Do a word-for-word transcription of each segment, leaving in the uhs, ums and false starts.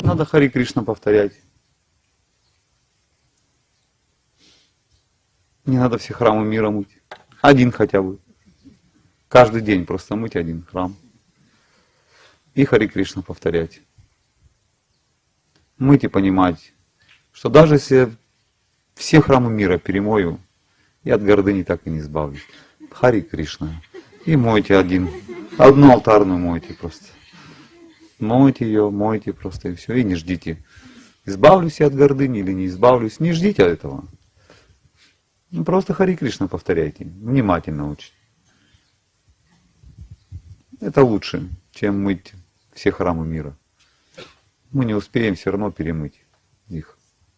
Надо Хари Кришна повторять. Не надо все храмы мира мыть. Один хотя бы. Каждый день просто мыть один храм. И Хари Кришна повторять. Мыть и понимать, что даже если все храмы мира перемою, я от гордыни так и не избавлюсь. Хари Кришна. И мойте один. Одну алтарную мойте просто. Мойте ее, мойте просто и все. И не ждите, избавлюсь я от гордыни или не избавлюсь. Не ждите этого. Ну, просто Хари Кришна повторяйте. Внимательно очень. Это лучше, чем мыть все храмы мира. Мы не успеем все равно перемыть их.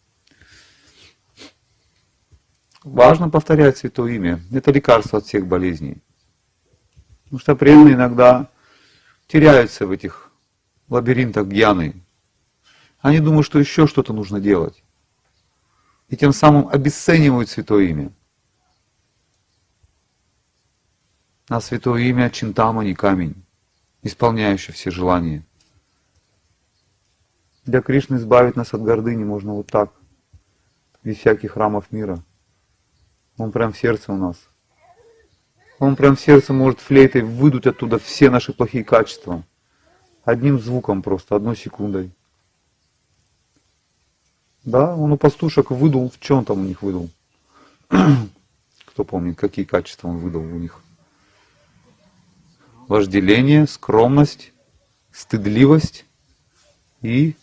Важно повторять Святое Имя. Это лекарство от всех болезней. Потому что преданные иногда теряются в этих лабиринтах гьяны. Они думают, что еще что-то нужно делать. И тем самым обесценивают Святое Имя. А Святое Имя Чинтамани, камень, исполняющий все желания. Для Кришны избавить нас от гордыни можно вот так, без всяких храмов мира. Он прям в сердце у нас. Он прям в сердце может флейтой выдуть оттуда все наши плохие качества. Одним звуком просто, одной секундой. Да, он у пастушек выдул, в чем там у них выдул? Кто помнит, какие качества он выдал у них? Вожделение, скромность, стыдливость и...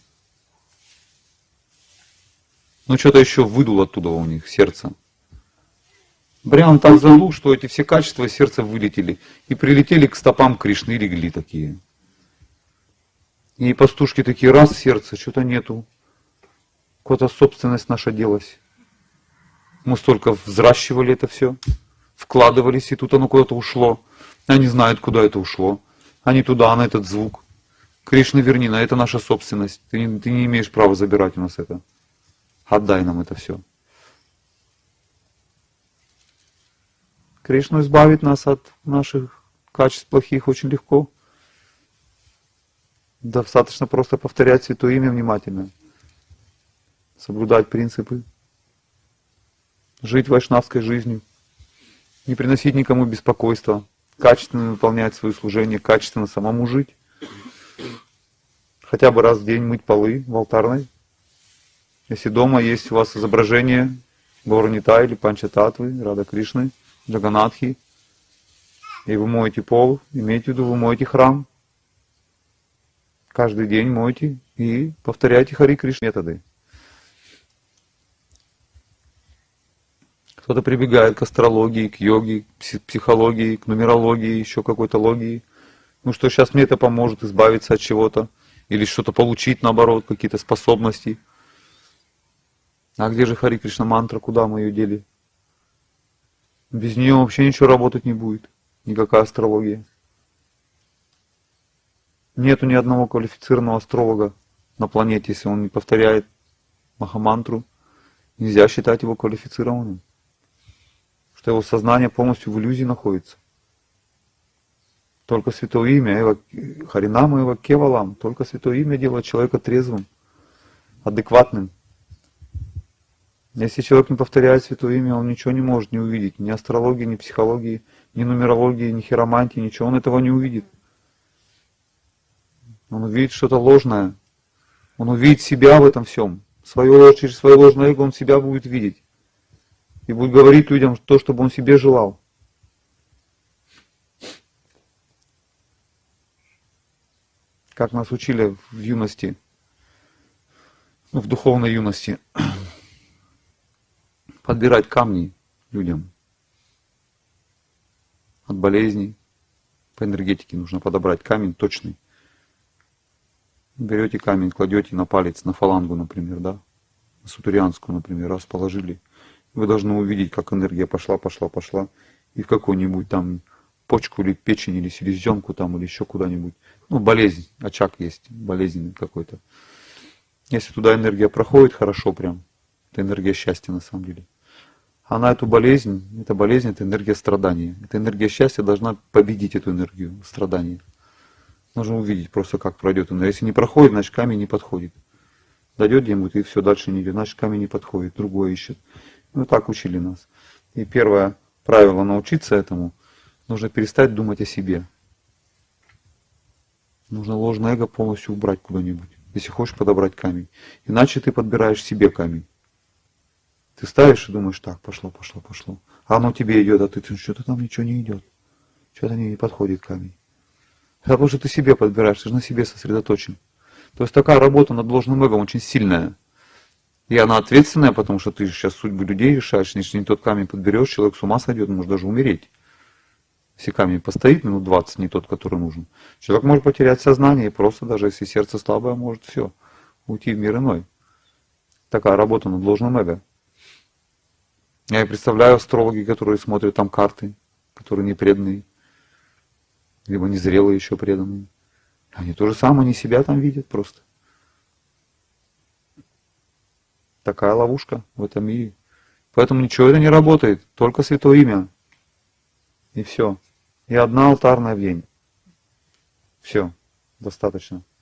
Ну что-то еще выдул оттуда у них, сердце. Прям так задул, что эти все качества из сердца вылетели и прилетели к стопам Кришны и легли такие. И пастушки такие, раз в сердце, что-то нету. Куда-то собственность наша делась. Мы столько взращивали это все, вкладывались, и тут оно куда-то ушло. Они знают, куда это ушло. Они туда, на этот звук. Кришна, верни, на это наша собственность. Ты не, ты не имеешь права забирать у нас это. Отдай нам это все. Кришна избавит нас от наших качеств плохих очень легко. Достаточно просто повторять Святое Имя внимательно. Соблюдать принципы. Жить вайшнавской жизнью. Не приносить никому беспокойства. Качественно выполнять свое служение. Качественно самому жить. Хотя бы раз в день мыть полы в алтарной. Если дома есть у вас изображение Гаура-Нитай или Панчататвы, Рада Кришны, Джаганатхи, и вы моете пол, имейте в виду, вы моете храм. Каждый день мойте и повторяйте Хари Кришна методы. Кто-то прибегает к астрологии, к йоге, к психологии, к нумерологии, еще какой-то логии. Ну что, сейчас мне это поможет избавиться от чего-то. Или что-то получить, наоборот, какие-то способности. А где же Хари Кришна мантра? Куда мы ее дели? Без нее вообще ничего работать не будет. Никакая астрология. Нету ни одного квалифицированного астролога на планете, если он не повторяет Махамантру. Нельзя считать его квалифицированным. Что его сознание полностью в иллюзии находится. Только Святое Имя, Харинама Эва Кевалам, только Святое Имя делает человека трезвым, адекватным. Если человек не повторяет Святое Имя, он ничего не может не увидеть. Ни астрологии, ни психологии, ни нумерологии, ни хиромантии, ничего он этого не увидит. Он увидит что-то ложное. Он увидит себя в этом всем. Свое, через свое ложное эго он себя будет видеть. И будет говорить людям то, чтобы он себе желал. Как нас учили в юности, ну, в духовной юности, подбирать камни людям от болезней. По энергетике нужно подобрать камень точный. Берете камень, кладете на палец, на фалангу, например, да, на сутурианскую, например, раз положили. Вы должны увидеть, как энергия пошла, пошла, пошла, и в какую-нибудь там почку или печень, или селезенку там, или еще куда-нибудь. Ну, болезнь, очаг есть, болезненный какой-то. Если туда энергия проходит, хорошо прям. Это энергия счастья на самом деле. А на эту болезнь, эта болезнь, это энергия страдания. Эта энергия счастья должна победить эту энергию страдания. Нужно увидеть просто, как пройдет энергия. Если не проходит, значит камень не подходит. Дойдет где-нибудь и все, дальше не идет. Значит, камень не подходит, другой ищет. Ну так учили нас. И первое правило научиться этому, нужно перестать думать о себе. Нужно ложное эго полностью убрать куда-нибудь, если хочешь подобрать камень. Иначе ты подбираешь себе камень. Ты ставишь и думаешь, так, пошло, пошло, пошло. А оно тебе идет, а ты, ты что-то там ничего не идет. Что-то не подходит камень. Это потому что ты себе подбираешь, ты же на себе сосредоточен. То есть такая работа над ложным эго очень сильная. И она ответственная, потому что ты же сейчас судьбы людей решаешь. Если не тот камень подберешь, человек с ума сойдет, может даже умереть. Если камень постоит минут двадцать, не тот, который нужен. Человек может потерять сознание и просто, даже если сердце слабое, может все, уйти в мир иной. Такая работа над ложным эго. Я и представляю астрологи, которые смотрят там карты, которые не преданные, либо незрелые еще преданные. Они то же самое, они себя там видят просто. Такая ловушка в этом мире. Поэтому ничего это не работает, только святое имя. И все. И одна алтарная в день. Все, достаточно.